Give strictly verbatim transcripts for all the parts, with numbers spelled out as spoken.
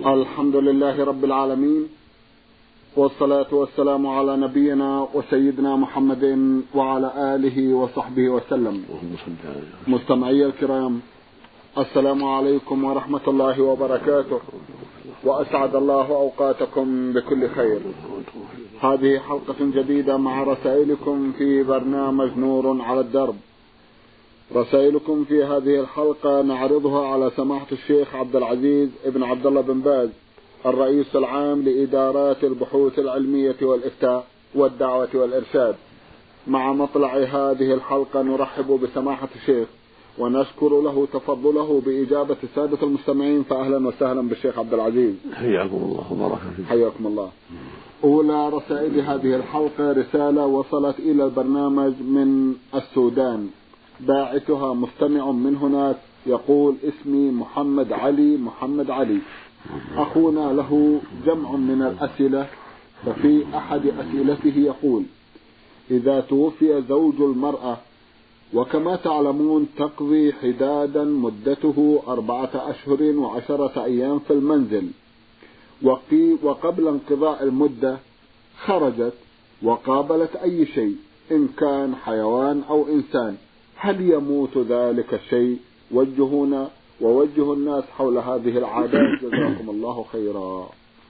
الحمد لله رب العالمين، والصلاة والسلام على نبينا وسيدنا محمد وعلى آله وصحبه وسلم. مستمعي الكرام، السلام عليكم ورحمة الله وبركاته، وأسعد الله أوقاتكم بكل خير. هذه حلقة جديدة مع رسائلكم في برنامج نور على الدرب. رسائلكم في هذه الحلقة نعرضها على سماحة الشيخ عبد العزيز ابن عبد الله بن باز، الرئيس العام لإدارات البحوث العلمية والإفتاء والدعوة والإرشاد. مع مطلع هذه الحلقة نرحب بسماحة الشيخ ونشكر له تفضله بإجابة السادة المستمعين، فأهلا وسهلا بالشيخ عبد العزيز. حياكم الله وبارك فيكم. حياكم الله. أولى رسائل هذه الحلقة رسالة وصلت إلى البرنامج من السودان، باعثها مستمع من هناك يقول: اسمي محمد علي محمد علي، أخونا له جمع من الأسئلة، ففي أحد أسئلته يقول: إذا توفي زوج المرأة وكما تعلمون تقضي حدادا مدته أربعة أشهر وعشرة أيام في المنزل، وقبل انقضاء المدة خرجت وقابلت أي شيء إن كان حيوان أو إنسان، هل يموت ذلك الشيء؟ وجهونا ووجه الناس حول هذه العادات، جزاكم الله خيرا.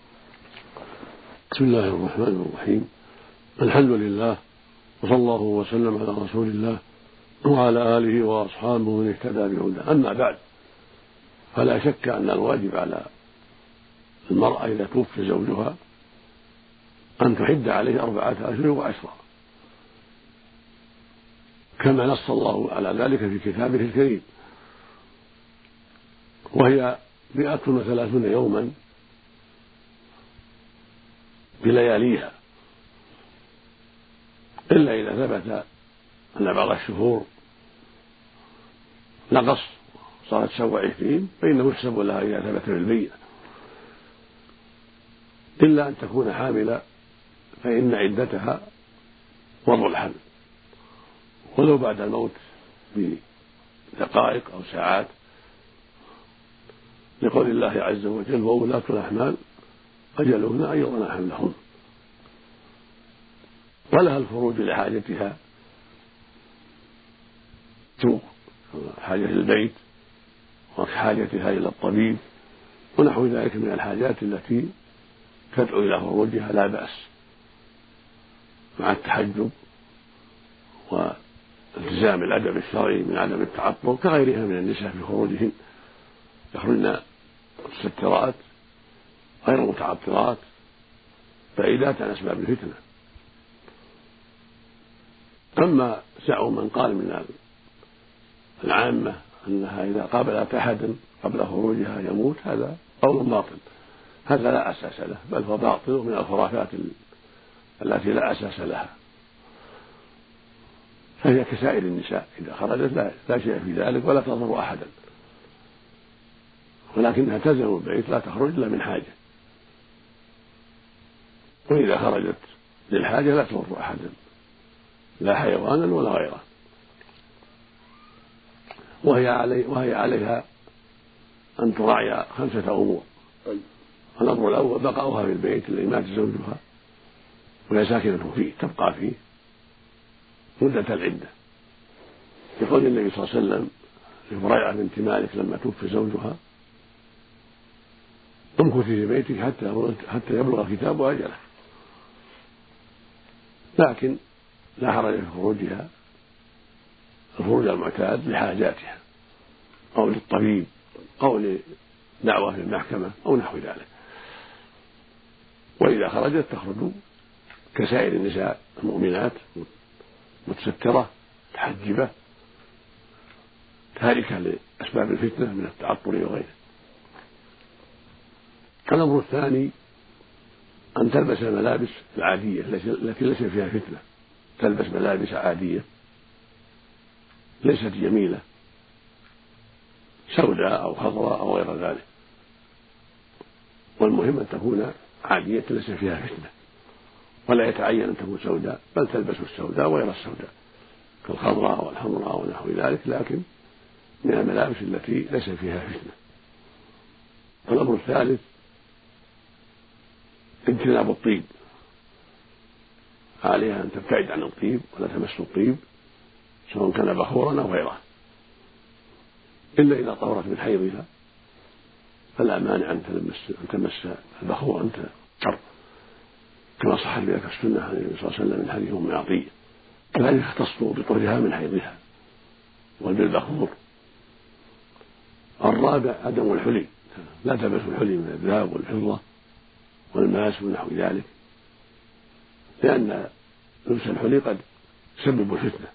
بسم الله الرحمن الرحيم، الحمد لله، وصلى الله وسلم على رسول الله وعلى آله وأصحابه من اهتدى بهداه. أما بعد، فلا شك أن الواجب على المرأة إذا توفي زوجها أن تحد عليه أربعة أشهر وعشرة، كما نص الله على ذلك في كتابه الكريم، وهي مئة وثلاثون يوما بلياليها، إلا إذا ثبت أن بعض الشهور نقص صارت سبع عشرين فإنه يحسب لها إذا ثبت في البينة، إلا أن تكون حاملة فإن عدتها وضع الحمل ولو بعد الموت بدقائق أو ساعات، لقول الله عز وجل: وأولاة الأحمال أجلهن أن يضعن حملهن. ولها الخروج لحاجتها، حاجة البيت وحاجتها إلى الطبيب ونحو ذلك من الحاجات التي تدعو إلى خروجها، لا بأس، مع التحجب والتزام الأدب الشرعي من عدم التعطل كغيرها من النساء في خروجهن، يخرجن متسترات غير متعطرات بعيدات عن أسباب الفتنة. أما زعم من قال من العامة أنها إذا قابلت أحدا قبل خروجها يموت، هذا قول باطل، هذا لا أساس له، بل هو باطل من الخرافات التي لا أساس لها. فهي كسائر النساء، إذا خرجت لا, لا شيء في ذلك ولا تضر أحدا، ولكنها تلزم البيت، لا تخرج إلا من حاجة، وإذا خرجت للحاجة لا تضر أحدا، لا حيوانا ولا غيره. وهي, علي وهي عليها أن تراعي خمسة أمور. الأمر الأول بقاؤها في البيت الذي مات زوجها وهي ساكنة فيه، تبقى فيه مدة العدة، يقول النبي صلى الله عليه وسلم لفريعة بنت مالك لما توفي زوجها: امكثي في بيتك حتى حتى يبلغ الكتاب أجله. لكن لا حرج في خروجها الخروج المعتاد لحاجاتها أو للطبيب أو لدعوة في المحكمة أو نحو ذلك. وإذا خرجت تخرج كسائر النساء المؤمنات، متسترة متحجبة تاركة لأسباب الفتنة من التعطل وغيره. الأمر الثاني أن تلبس الملابس العادية التي ليس فيها فتنة، تلبس ملابس عادية ليست جميلة، سوداء أو خضراء أو غير ذلك، والمهم أن تكون عادية ليس فيها فتنة، ولا يتعين أن تكون سوداء، بل تلبس السوداء وغير السوداء كالخضراء والحمراء ونحو ذلك، لكن من الملابس التي ليس فيها فتنة. الأمر الثالث اجتناب الطيب، عليها أن تبتعد عن الطيب ولا تمس الطيب سواء كان بخورا أو غيره، إلا إذا طهرت من حيضها فلا مانع أن تمس أن تمس البخور أن تطهر، كما صح بذلك السنة عن النبي صلى الله عليه وسلم من حديث أم عطية، كذلك يختص بطهرها من حيضها وبالبخور. الرابع عدم الحلي، لا تلبس الحلي من الذهب والفضة والماس ونحو ذلك، لأن لبس الحلي قد يسبب الفتنة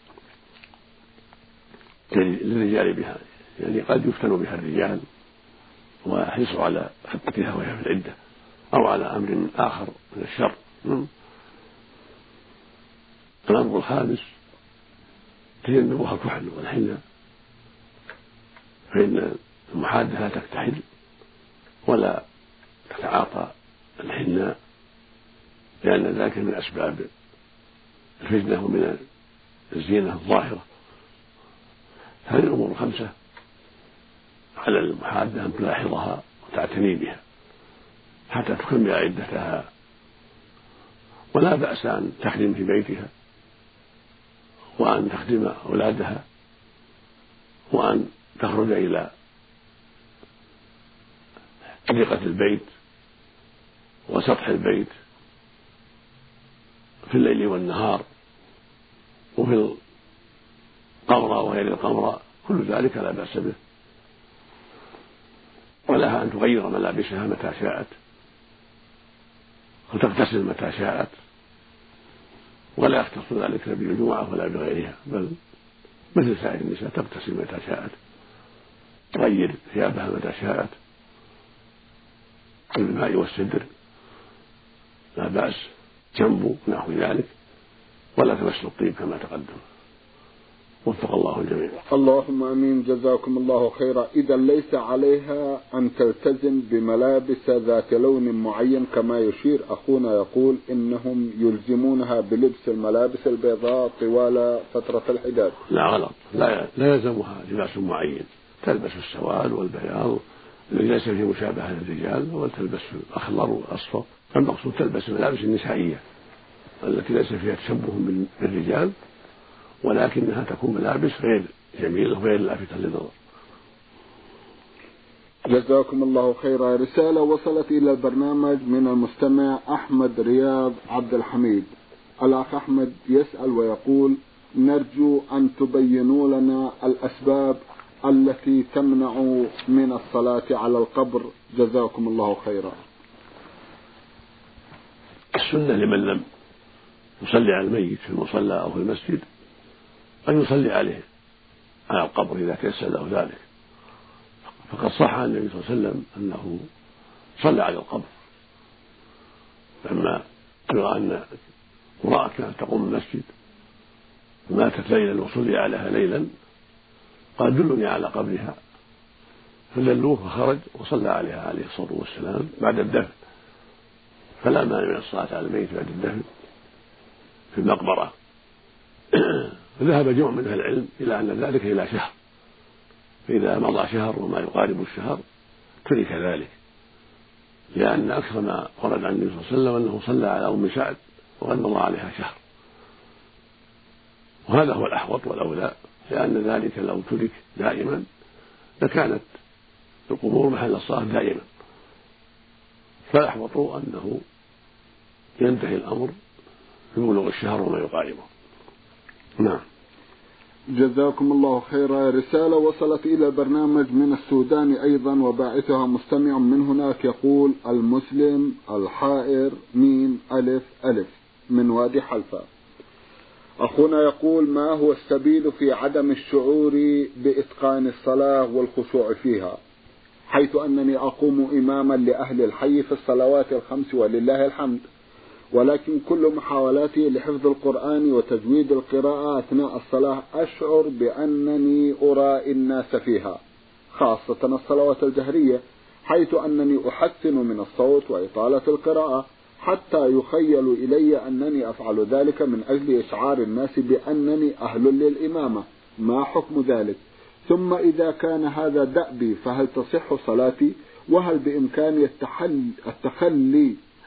للرجال بها، يعني قد يفتن بها الرجال ويحرصوا على خطتها وهي في العدة أو على أمر آخر من الشر. الأمر الخامس تجنبها الكحل والحنة، فإن المحادة لا تكتحل ولا تتعاطى الحناء، لأن ذلك من أسباب الفتنة ومن الزينة الظاهرة. هذه الأمور الخمسة على المحادة أن تلاحظها وتعتني بها حتى تكمل عدتها، ولا بأس أن تخدم في بيتها وأن تخدم أولادها وأن تخرج إلى حديقة البيت وسطح البيت في الليل والنهار وفي القمرة وغير القمرة، كل ذلك لا بأس به، ولها أن تغير ملابسها متى شاءت وتغتسل متى شاءت، ولا يختص ذلك بالجمعة ولا بغيرها، بل مثل سائر النساء تغتسل متى شاءت، تغير ثيابها متى شاءت بالماء والسدر، لا بأس، جنب نحو ذلك، ولا تمس الطيب كما تقدم. وفق الله الجميع. اللهم امين. جزاكم الله خيرا. اذا ليس عليها ان تلتزم بملابس ذات لون معين كما يشير اخونا، يقول انهم يلزمونها بلبس الملابس البيضاء طوال فترة الحداد. لا غلط، لا لا يلزمها لباس معين، تلبس السواد والبياض الذي ليس فيه مشابهة للرجال، وتلبس الاخضر والاصفر، المقصود تلبس الملابس النسائية التي ليس فيها تشبه بالرجال، ولكنها تكون ملابس غير جميلة وغير لافتة للنظر. جزاكم الله خيرا. رسالة وصلت إلى البرنامج من المستمع أحمد رياض عبد الحميد. الأخ أحمد يسأل ويقول: نرجو أن تبينوا لنا الأسباب التي تمنع من الصلاة على القبر، جزاكم الله خيرا. السنة لمن لم يصلي على الميت في المصلى أو في المسجد أن يصلي عليه على القبر إذا تيسر له ذلك، فقد صح عن النبي صلى الله عليه وسلم أنه صلى على القبر لما رأى أن امرأة كانت تقوم المسجد ماتت ليلا وصلي عليها ليلا، قال: دلني على قبرها، فدلوه فخرج وصلى عليها عليه الصلاة والسلام بعد الدفن، فلا مانع من الصلاة على الميت بعد الدفن في المقبرة. ذهب جمع من أهل العلم إلى أن ذلك إلى شهر، فإذا مضى شهر وما يقارب الشهر ترك ذلك، لأن أكثر ما ورد عن النبي صلى الله عليه وسلم أنه صلى على أم سعد وقد مضى عليها شهر، وهذا هو الأحوط والأولى، لأن ذلك لو ترك دائما لكانت القبور محل الصلاة دائما، فالأحوط أنه ينتهي الأمر ببلوغ الشهر وما يقاربه. نعم. جزاكم الله خيرا. رسالة وصلت إلى البرنامج من السودان أيضا، وباعثها مستمع من هناك، يقول: المسلم الحائر ميم ألف ألف من وادي حلفا. أخونا يقول: ما هو السبيل في عدم الشعور بإتقان الصلاة والخشوع فيها، حيث أنني أقوم إماما لأهل الحي في الصلوات الخمس ولله الحمد، ولكن كل محاولاتي لحفظ القرآن وتجويد القراءة أثناء الصلاة أشعر بأنني أرائي الناس فيها، خاصة الصلوات الجهرية، حيث أنني أحسن من الصوت وإطالة القراءة، حتى يخيل إلي أنني أفعل ذلك من أجل إشعار الناس بأنني أهل للإمامة. ما حكم ذلك؟ ثم إذا كان هذا دأبي فهل تصح صلاتي؟ وهل بإمكاني التخلي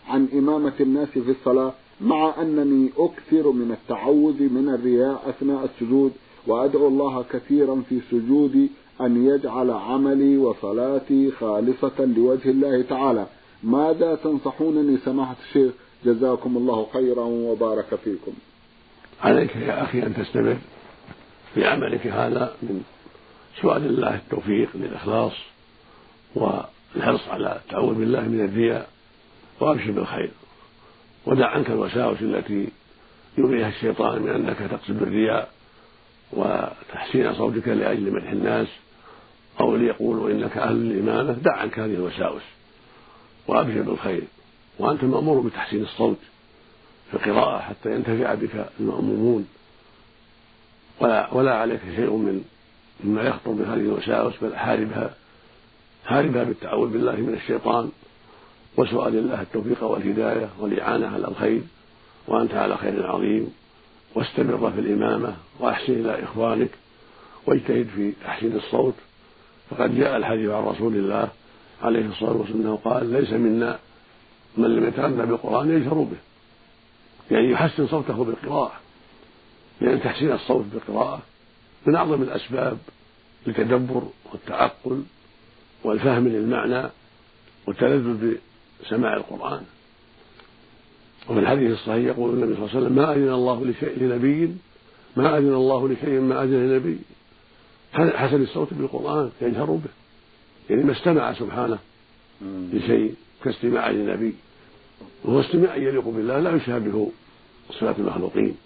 عن إمامة الناس في الصلاة، مع أنني أكثر من التعوذ من الرياء أثناء السجود، وأدعو الله كثيرا في سجودي أن يجعل عملي وصلاتي خالصة لوجه الله تعالى. ماذا تنصحونني سماحة الشيخ؟ جزاكم الله خيرا وبارك فيكم. عليك يا أخي أن تستمر في عملك هذا من سؤال الله التوفيق للإخلاص والحرص على التعوذ بالله من الرياء، وأبشر بالخير، ودع عنك الوساوس التي يغريها الشيطان من أنك تقصد بالرياء وتحسين صوتك لأجل مدح الناس أو ليقولوا إنك أهل الإمامة. دع عنك هذه الوساوس وأبشر بالخير، وأنت مأمور بتحسين الصوت في القراءة حتى ينتفع بك المأمومون، ولا, ولا عليك شيء من مما يخطر بهذه الوساوس، بل حاربها حاربها بالتعوذ بالله من الشيطان وسؤال الله التوفيق والهداية والإعانة على الخير، وأنت على خير عظيم. واستمر في الإمامة وأحسن إلى إخوانك واجتهد في تحسين الصوت، فقد جاء الحديث عن رسول الله عليه الصلاة والسلام قال: ليس منا من لم يتغنى بالقرآن يجهر به، يعني يحسن صوته بالقراءة، لأن تحسين الصوت بالقراءة من أعظم الأسباب للتدبر والتعقل والفهم للمعنى والتلذذ بسماع القرآن. وفي الحديث الصحيح يقول النبي صلى الله عليه وسلم: ما أذن الله لشيء لنبي ما أذن الله لشيء ما أذن لنبي حسن الصوت بالقرآن يجهر به، يعني ما استمع سبحانه لشيء كاستماع للنبي، وهو استماع يليق بالله لا يشابه صفات المخلوقين،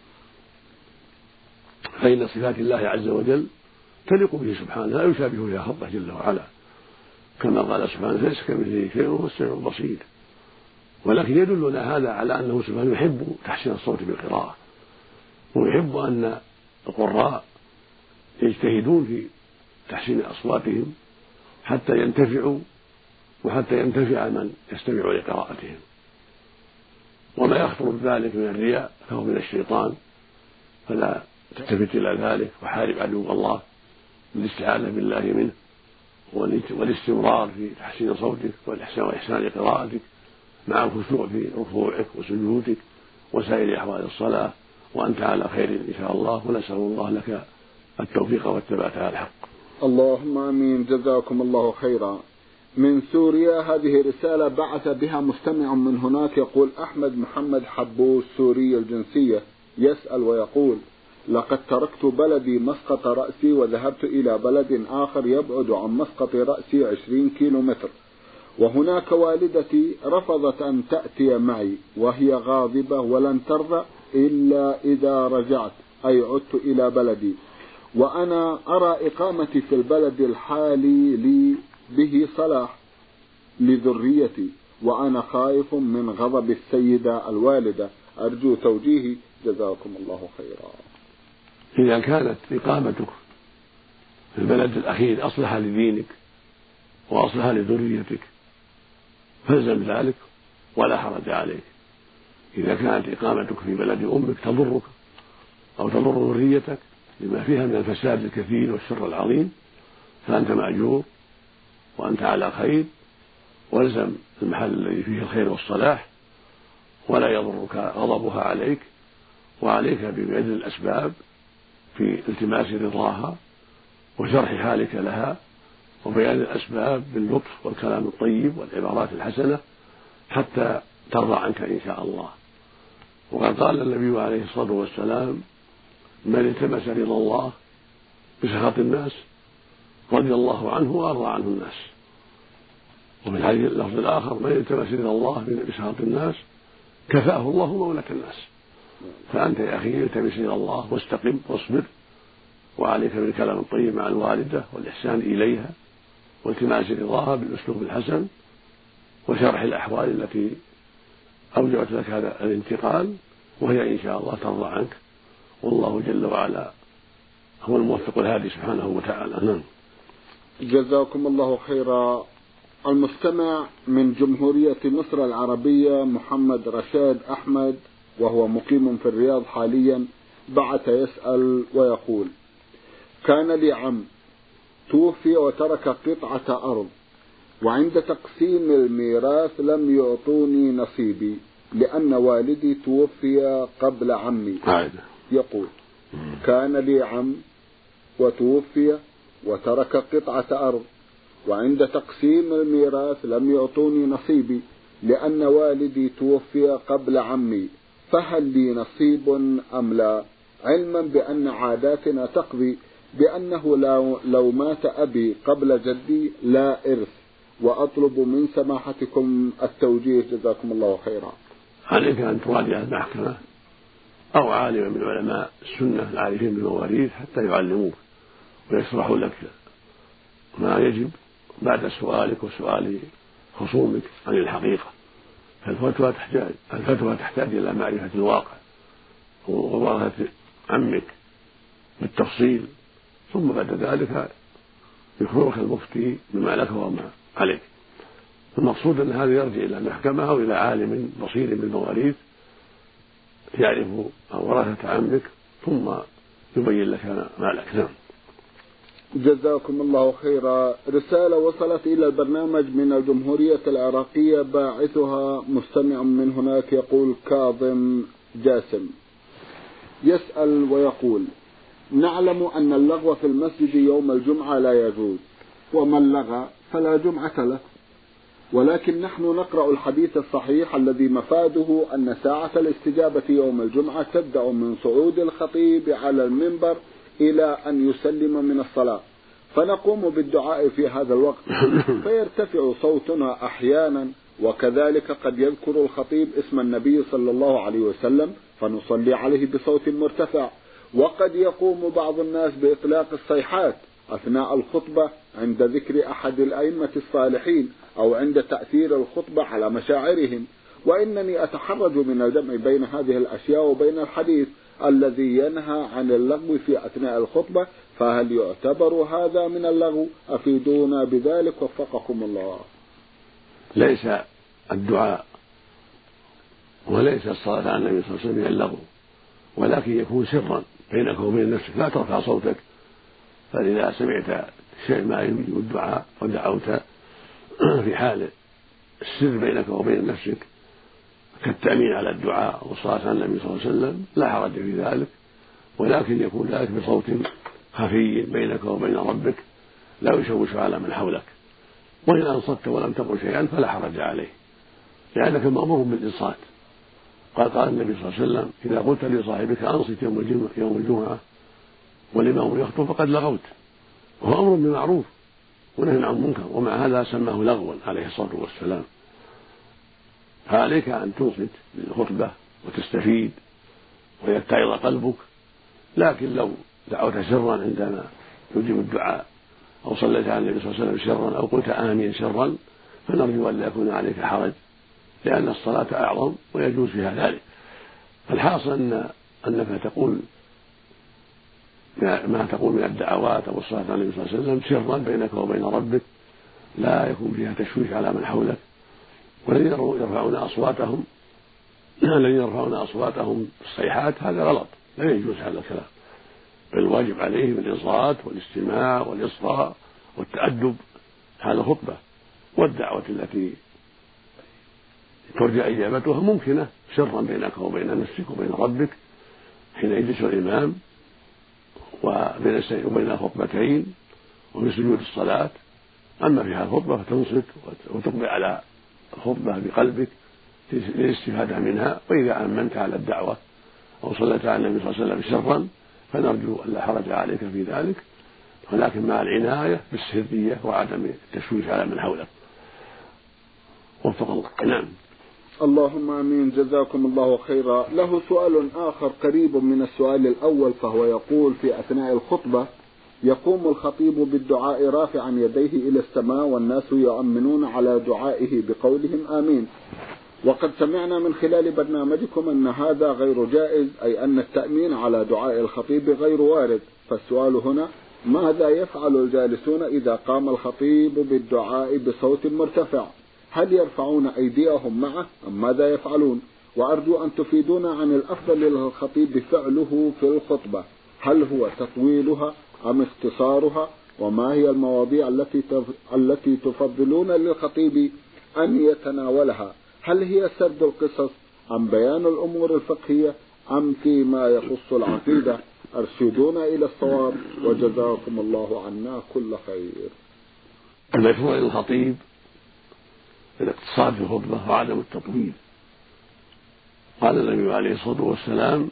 فإن صفات الله عز وجل تليق به سبحانه لا يشابه فيها خلقه جل وعلا، كما قال سبحانه: ليس كمثله شيء وهو السميع البصير. ولكن يدلنا هذا على أنه سبحانه يحب تحسين الصوت بالقراءة، ويحب أن القراء يجتهدون في تحسين أصواتهم حتى ينتفعوا وحتى ينتفع من يستمع لقراءتهم. وما يخطر بذلك من الرياء فهو من الشيطان، فلا تلتفت إلى ذلك، وحارب عدو الله بالاستعاذة بالله منه والاستمرار في تحسين صوتك وإحسان قراءتك مع الخشوع في ركوعك وسجودك وسائر أحوال الصلاة، وأنت على خير إن شاء الله، ونسأل الله لك التوفيق والثبات على الحق. اللهم آمين. جزاكم الله خيرا. من سوريا هذه رسالة بعث بها مستمع من هناك، يقول: أحمد محمد حبوس سوري الجنسية، يسأل ويقول: لقد تركت بلدي مسقط رأسي وذهبت إلى بلد آخر يبعد عن مسقط رأسي عشرين كيلو متر، وهناك والدتي رفضت أن تأتي معي وهي غاضبة ولن ترضى إلا إذا رجعت، أي عدت إلى بلدي، وأنا أرى إقامتي في البلد الحالي لي به صلاح لذريتي، وأنا خائف من غضب السيدة الوالدة، أرجو توجيهي جزاكم الله خيرا. إذا كانت إقامتك في البلد الأخير أصلح لدينك وأصلح لذريتك فالزم ذلك ولا حرج عليك. إذا كانت إقامتك في بلد أمك تضرك أو تضر ذريتك لما فيها من الفساد الكثير والشر العظيم فأنت مأجور وأنت على خير، والزم المحل الذي فيه الخير والصلاح ولا يضرك غضبها عليك، وعليك ببذل الأسباب في التماس رضاها وشرح حالك لها وبيان الأسباب باللطف والكلام الطيب والعبارات الحسنة حتى ترضى عنك إن شاء الله. وقد قال النبي عليه الصلاة والسلام: من التمس رضا الله بسخط الناس رضي الله عنه وأرضى عنه الناس. وفي الحديث اللفظ الآخر: من التمس رضا الله بسخط الناس كفاه الله مولة الناس. فأنت يا أخي التمس رضا الله واستقم واصبر، وعليك بالكلام الطيب مع الوالدة والإحسان إليها والتماس رضاها بالأسلوب الحسن وشرح الأحوال التي أوجبت لك هذا الانتقال، وهي إن شاء الله ترضى عنك، والله جل وعلا هو الموفق الهادي سبحانه وتعالى. نعم. جزاكم الله خيرا. المستمع من جمهورية مصر العربية محمد رشاد أحمد، وهو مقيم في الرياض حاليا، بعث يسأل ويقول: كان لي عم توفي وترك قطعة أرض وعند تقسيم الميراث لم يعطوني نصيبي لأن والدي توفي قبل عمي. يقول كان لي عم وتوفي وترك قطعة أرض، وعند تقسيم الميراث لم يعطوني نصيبي لأن والدي توفي قبل عمي، فهل لي نصيب أم لا؟ علما بأن عاداتنا تقضي بأنه لو مات أبي قبل جدي لا إرث، وأطلب من سماحتكم التوجيه جزاكم الله خيرا. عليك أن تراجع المحكمة أو عالما من علماء السنة العارفين بالمواريث حتى يعلموك ويشرحوا لك ما يجب بعد سؤالك وسؤال خصومك عن الحقيقة. فالفتوى تحتاج الفتوى تحتاج إلى معرفة الواقع وورثة عمك بالتفصيل، ثم بعد ذلك يخبرك المفتي بما لك وما عليك. المقصود أن هذا يرجع إلى المحكمة أو إلى عالم بصير بالمواريث يعرف ورثة عمك ثم يبين لك ما لك. نعم. جزاكم الله خيرا. رسالة وصلت إلى البرنامج من الجمهورية العراقية، باعثها مستمع من هناك يقول كاظم جاسم، يسأل ويقول: نعلم أن اللغو في المسجد يوم الجمعة لا يجوز، ومن لغى فلا جمعة له، ولكن نحن نقرأ الحديث الصحيح الذي مفاده أن ساعة الاستجابة يوم الجمعة تبدأ من صعود الخطيب على المنبر إلى أن يسلم من الصلاة، فنقوم بالدعاء في هذا الوقت فيرتفع صوتنا أحيانا، وكذلك قد يذكر الخطيب اسم النبي صلى الله عليه وسلم فنصلي عليه بصوت مرتفع، وقد يقوم بعض الناس بإطلاق الصيحات أثناء الخطبة عند ذكر أحد الأئمة الصالحين أو عند تأثير الخطبة على مشاعرهم، وإنني أتحرج من الجمع بين هذه الأشياء وبين الحديث الذي ينهى عن اللغو في أثناء الخطبة، فهل يعتبر هذا من اللغو؟ أفيدونا بذلك وفقكم الله. ليس الدعاء وليس الصلاة على النبي صلى الله عليه وسلم من اللغو، ولكن يكون سرا بينك وبين نفسك، لا ترفع صوتك. فإذا سمعت شيء ما يجب الدعاء ودعوت في حال السر بينك وبين نفسك كالتأمين على الدعاء والصلاة على النبي صلى الله عليه وسلم لا حرج في ذلك، ولكن يكون ذلك بصوت خفي بينك وبين ربك لا يشوش على من حولك. وإن أنصت ولم تقل شيئا فلا حرج عليه، لأنك مأمور بالإنصات. قال قال النبي صلى الله عليه وسلم: إذا قلت لصاحبك أنصت يوم الجمعة والإمام يخطب فقد لغوت، وهو أمر بمعروف ونهي عن منكر، ومع هذا سماه لغوا عليه الصلاة والسلام. فعليك أن تنصت للخطبة وتستفيد ويتعظ قلبك، لكن لو دعوت سرا عندما يجيب الدعاء أو صليت على النبي صلى الله عليه وسلم سرا أو قلت آمين سرا فنرجو أن لا يكون عليك حرج، لأن الصلاة أعظم ويجوز فيها ذلك. فالحاصل أن أنك تقول ما تقول من الدعوات أو الصلاة على النبي صلى الله عليه وسلم سرا بينك وبين ربك، لا يكون فيها تشويش على من حولك. والذين يرفعون أصواتهم الذين يرفعون أصواتهم بالصيحات هذا غلط، لا يجوز هذا الكلام، بل الواجب عليهم الإنصات والاستماع والإصغاء والتأدب هذا الخطبة. والدعوة التي ترجى إجابتها ممكنة سرا بينك وبين نفسك وبين ربك حين يجلس الإمام وبين الخطبتين وفي سجود الصلاة. أما في هذه الخطبة فتنصت وتقبل على الخطبة بقلبك للاستفادة منها. وإذا أمنت على الدعوة أو صليت على النبي صلى الله عليه وسلم سرا فنرجو أن لا حرج عليك في ذلك، ولكن مع العناية بالسرية وعدم التشويش على من حولك. وفق الله. نعم. اللهم آمين. جزاكم الله خيرا. له سؤال آخر قريب من السؤال الأول، فهو يقول: في أثناء الخطبة يقوم الخطيب بالدعاء رافعا يديه إلى السماء والناس يؤمنون على دعائه بقولهم آمين، وقد سمعنا من خلال برنامجكم أن هذا غير جائز، أي أن التأمين على دعاء الخطيب غير وارد. فالسؤال هنا: ماذا يفعل الجالسون إذا قام الخطيب بالدعاء بصوت مرتفع؟ هل يرفعون أيديهم معه أم ماذا يفعلون؟ وأرجو أن تفيدونا عن الأفضل للخطيب فعله في الخطبة، هل هو تطويلها أم اختصارها؟ وما هي المواضيع التي التي تفضلون للخطيب أن يتناولها؟ هل هي سرد القصص أم بيان الأمور الفقهية أم فيما يخص العقيدة؟ أرشدونا إلى الصواب وجزاكم الله عنا كل خير. المشروع للخطيب الاقتصاد في الخطبة وعدم التطويل. قال النبي عليه الصلاة والسلام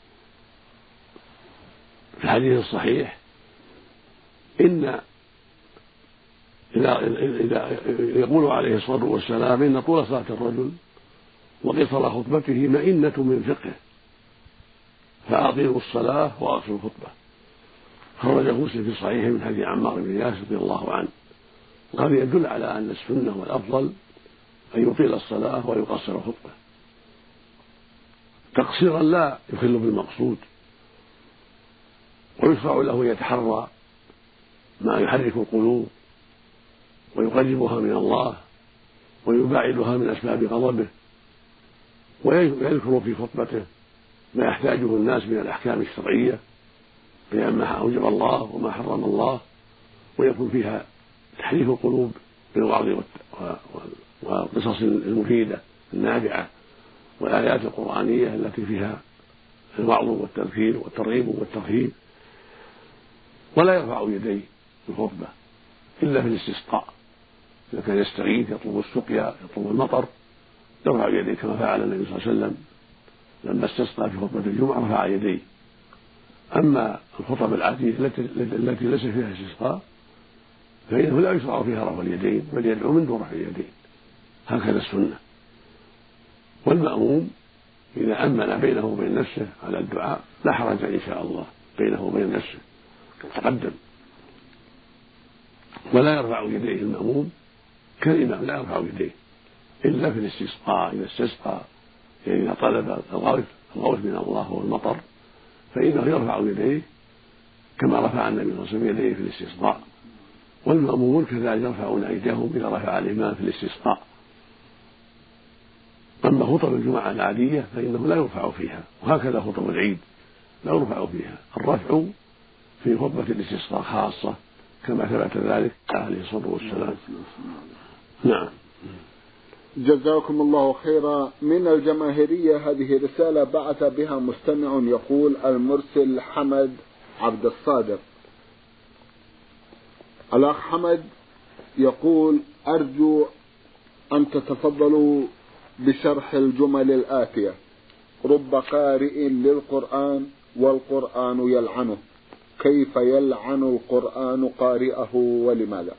في الحديث الصحيح: إن إذا إذا يقول عليه الصلاة والسلام إن طول صلاة الرجل وقصر خطبته مئنة من فقهه فأطيلوا الصلاة وأقصروا الخطبة. خرجه مسلم في صحيحه من حديث عمار بن ياسر رضي الله عنه. وهذا يدل على أن السنة والأفضل أن يطيل الصلاة ويقصر الخطبة تقصيرا لا يخل بالمقصود، ويشرع له يتحرى ما يحرك القلوب ويقربها من الله ويباعدها من أسباب غضبه، ويذكر في خطبته ما يحتاجه الناس من الأحكام الشرعية بيان ما أوجب الله وما حرم الله، ويكون فيها تحريك القلوب بالوعظ والقصص المفيدة النافعة والآيات القرآنية التي فيها الوعظ والتذكير والترغيب والترهيب. ولا يرفع يديه في الخطبة إلا في الاستسقاء، إذا كان يستغيث يطلب السقيا يطلب المطر يرفع يديه كما فعل النبي صلى الله عليه وسلم لما استسقى في خطبة الجمعة رفع يديه. أما الخطب العادية التي ليس فيها استسقاء فإنه لا يشرع فيها رفع اليدين بل يدعو من دون رفع اليدين، هكذا السنة. والمأموم إذا أمن بينه وبين نفسه على الدعاء لا حرج إن شاء الله بينه وبين نفسه تقدم. ولا يرفع يديه المأموم كالإمام، لا يرفع يديه إلا في الاستسقاء، إذا استسقى يعني إذا طلب الغوث الغوث من الله والمطر فإنه يرفع يديه كما رفع النبي صلى الله عليه وسلم يديه في الاستسقاء. والمأمومون كذلك يرفعون أيديهم إذا رفع الإمام في الاستسقاء. أما خطب الجمعة العادية فإنه لا يرفع فيها، وهكذا خطب العيد لا يرفع فيها. الرفع في خطبة الاستسقاء خاصة كما ثبت ذلك عليه الصلاة والسلام. نعم. جزاكم الله خيرا. من الجماهيرية هذه رسالة بعث بها مستمع يقول: المرسل حمد عبد الصادق. الأخ حمد يقول: أرجو أن تتفضلوا بشرح الجمل الآتية: رب قارئ للقرآن والقرآن يلعنه، كيف يلعن القرآن قارئه ولماذا؟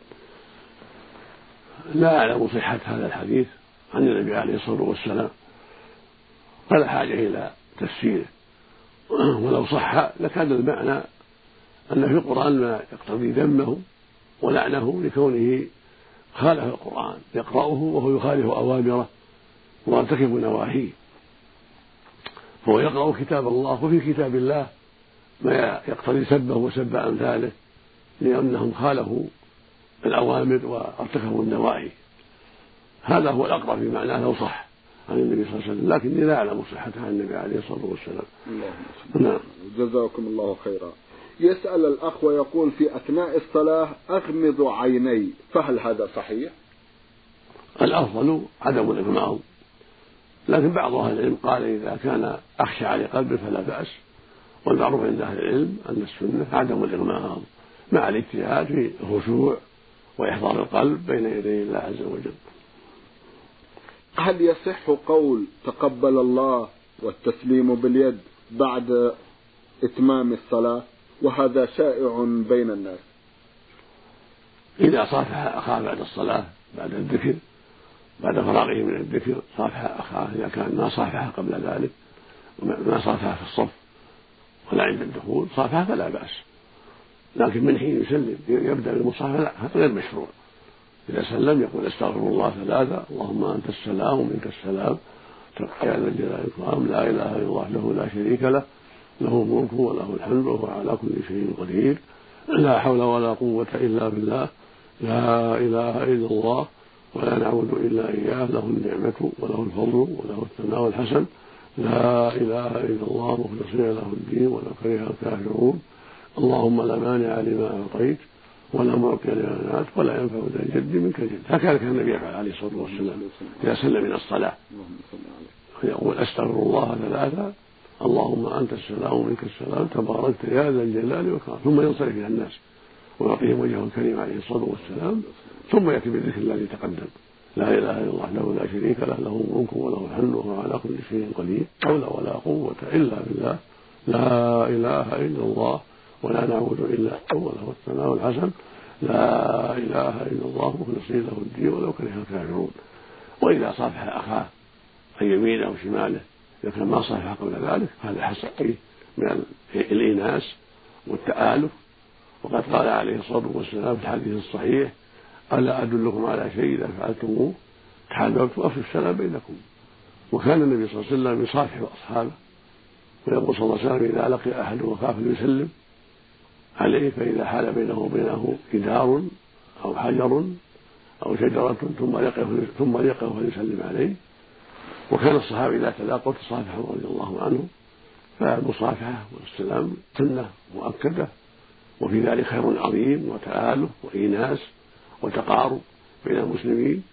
لا أعلم صحة هذا الحديث عن النبي عليه الصلاة والسلام ولا حاجة إلى تفسيره، ولو صح لكان المعنى أن في القرآن ما يقتضي ذمه ولعنه لكونه خالف القرآن يقرأه وهو يخالف أوامره ويرتكب نواهيه، فهو يقرأ كتاب الله وفي كتاب الله ما يقتضي سبه وسب أمثاله لأنهم خالفوا الأوامر وارتكبوا النواهي. هذا هو الأقرب في معناه لو صح عن النبي صلى الله عليه وسلم، لكني لا أعلم صحتها عن النبي عليه الصلاة والسلام. نعم. جزاكم الله خيرا. يسأل الأخ ويقول: في أثناء الصلاة أغمض عيني، فهل هذا صحيح؟ الأفضل عدم الإغماض، لكن بعض أهل العلم قال إذا كان أخشى على قلبه فلا بأس، والمعروف عند أهل العلم أن السنة عدم الإغماض مع الاجتهاد في الخشوع وإحضار القلب بين يدي الله عز وجل. هل يصح قول تقبل الله والتسليم باليد بعد إتمام الصلاة، وهذا شائع بين الناس؟ إذا صافح أخاه بعد الصلاة بعد الذكر بعد فراغه من الذكر صافح أخاه، إذا كان ما صافح قبل ذلك ما صافح في الصف ولا عند الدخول صافح فلا بأس، لكن من حين يسلم يبدأ بالمصافحة لا، هذا غير مشروع. إذا سلم يقول استغفر الله ثلاثة: اللهم أنت السلام ومنك السلام تبقى يا ذا الجلال والإكرام، لا إله إلا الله وحده لا شريك له، له الملك وله الحمد وهو على كل شيء قدير، لا حول ولا قوة إلا بالله، لا إله إلا الله ولا نعبد إلا إياه، له النعمة وله الفضل وله الثناء الحسن، لا إله إلا الله مخلصين له الدين ولو كره الكافرون، اللهم لا مانع لما أعطيت ولا معطي للأنات ولا ينفع ذا الجد منك الجد. هكذا كان النبي يفعل عليه الصلاة والسلام إذا سلم من الصلاة يقول أستغفر الله ثلاثة اللهم أنت السلام ومنك السلام تباركت يا ذا الجلال والإكرام، ثم ينصرف إلى الناس ويعطيهم وجهه الكريم عليه الصلاة والسلام، ثم يأتي بالذكر الذي تقدم لا إله إلا الله له لا شريك له له الملك وله الحمد وهو على كل شيء قدير حول ولا قوة إلا بالله لا إله إلا الله ولا نعبد إلا هو له الثناء الحسن لا إله إلا الله مخلصين له الدين ولو كره الكافرون. وإذا صافح أخاه عن يمينه أو شماله إذا كان ما صافح قبل ذلك هذا حصل فيه من الإيناس والتآلف. وقد قال عليه الصلاة والسلام في الحديث الصحيح ألا أدلكم على شيء إذا فعلتموه تحاببتم أفشوا السلام بينكم. وكان النبي صلى الله عليه وسلم يصافح أصحابه ويقول صلى الله عليه وسلم إذا لقي أحد وخاف يسلم عليه فإذا حال بينه وبينه جدار أو حجر أو شجرة ثم لقيه ثم لقيه فليسلم عليه. وكان الصحابة إذا تلاقوا تصافحوا رضي الله عنهم. فالمصافحة والسلام سنة مؤكدة وفي ذلك خير عظيم وتآلف وإيناس وتقارب بين المسلمين.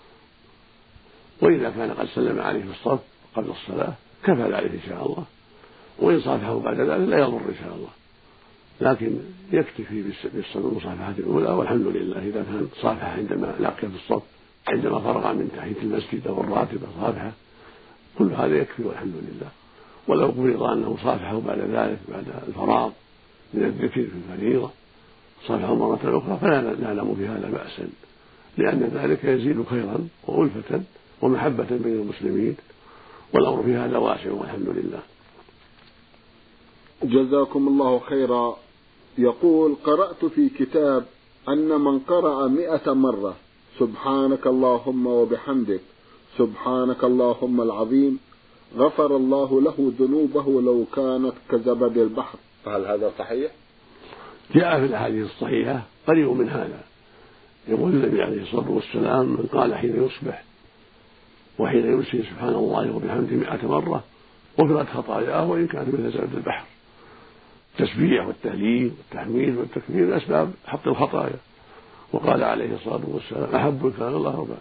وإذا كان قد سلم عليه في الصف قبل الصلاة كفى ذلك إن شاء الله، وإن صافحه بعد ذلك لا يضر إن شاء الله، لكن يكتفي بالمصافحة الأولى والحمد لله. إذا كان صافحة عندما لقي في الصف عندما فرغ من تحية المسجد أو الراتبة صافحة كل هذا يكفي والحمد لله. ولو فرض أنه صافحه بعد ذلك بعد الفراغ من الذكر في الفريضة صافحه مرة أخرى فلا نعلم بهذا بأسا، لأن ذلك يزيد خيرا وألفة ومحبة بين المسلمين، والأمر في هذا واسع والحمد لله. جزاكم الله خيرا. يقول قرأت في كتاب أن من قرأ مئة مرة سبحانك اللهم وبحمدك سبحانك اللهم العظيم غفر الله له ذنوبه لو كانت كزبد البحر، فهل هذا صحيح؟ جاء في الأحاديث الصحيحة قريب من هذا. يقول النبي عليه الصلاة والسلام من قال حين يصبح وحين يمسي سبحان الله وبحمده مئة مرة غفرت خطاياه وإن كانت مثل زبد البحر. التسبيح والتهليل والتحميد والتكبير أسباب حط الخطايا. وقال عليه الصلاة والسلام أحب الكلام الله أربع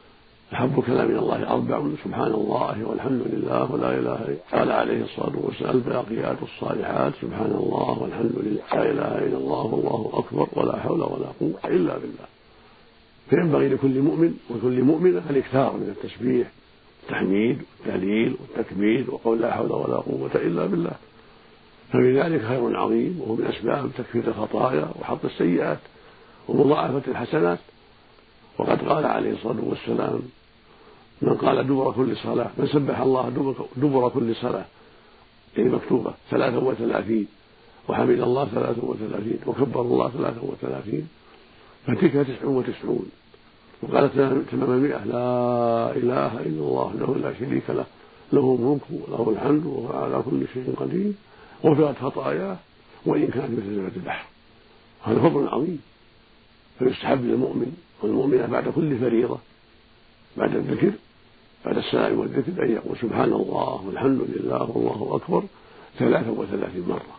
أحب كلام الله أربع سبحان الله والحمد لله ولا إله إلا الله. قال عليه الصلاة والسلام الباقيات الصالحات سبحان الله والحمد لله لا إله إلا الله والله أكبر ولا حول ولا قوة إلا بالله. فينبغي لكل مؤمن وكل مؤمنة الإكثار من التسبيح والتحميد والتهليل والتكبير وقول لا حول ولا قوة إلا بالله، ففي ذلك خير عظيم وهو من أسباب تكفير الخطايا وحط السيئات ومضاعفة الحسنات. وقد قال عليه الصلاة والسلام من قال دبر كل صلاة من سبح الله دبر كل صلاة يعني مكتوبة ثلاثة وثلاثين وحمد الله ثلاثة وثلاثين وكبر الله ثلاثة وثلاثين فتلك تسع وتسعون. وقالت تمام مئة لا إله إلا الله له لا شريك له له الملك وله الحمد وهو على كل شيء قدير غفرت خطاياه وإن كانت مثل زبد البحر. هذا فضل عظيم. فيستحب للمؤمن والمؤمنة بعد كل فريضة بعد الذكر بعد السلام والذكر أن يقول سبحان الله والحمد لله والله أكبر ثلاثة وثلاثين مرة،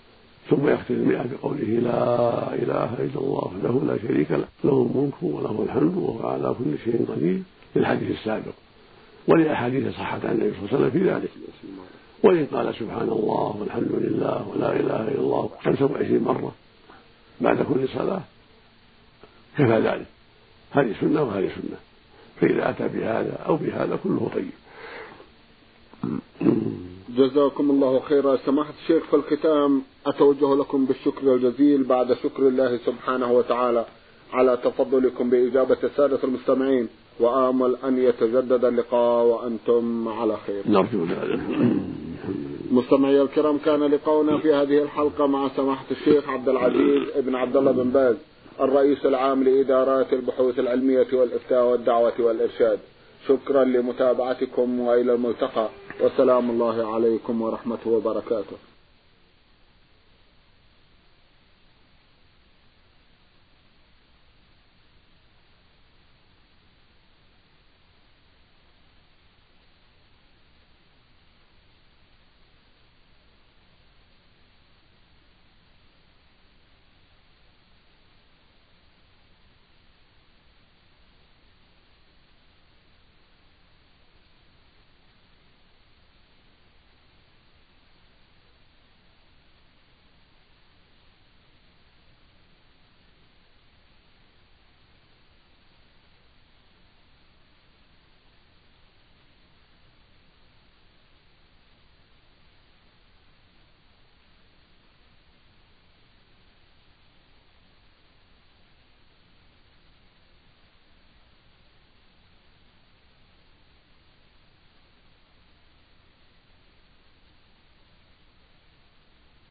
ثم يختم المئة بقوله لا إله إلا الله له لا شريك له له الملك وله الحمد وهو على كل شيء قدير للحديث السابق ولأحاديث صحت عن النبي صلى الله عليه وسلم في ذلك. وإن قال سبحان الله والحمد لله ولا إله إلا الله خمسة وعشرين مرة بعد كل صلاة كفى ذلك. هذه سنة وهذه سنة، فإذا أتى بهذا أو بهذا كله طيب. جزاكم الله خيرا. سماحة الشيخ في الختام أتوجه لكم بالشكر الجزيل بعد شكر الله سبحانه وتعالى على تفضلكم بإجابة السادة المستمعين، وآمل أن يتجدد اللقاء وأنتم على خير. نرجو ذلك. مستمعي الكرام، كان لقاؤنا في هذه الحلقة مع سماحة الشيخ عبد العزيز ابن عبد الله بن باز الرئيس العام لإدارات البحوث العلمية والإفتاء والدعوة والإرشاد. شكرا لمتابعتكم وإلى الملتقى، والسلام الله عليكم ورحمته وبركاته.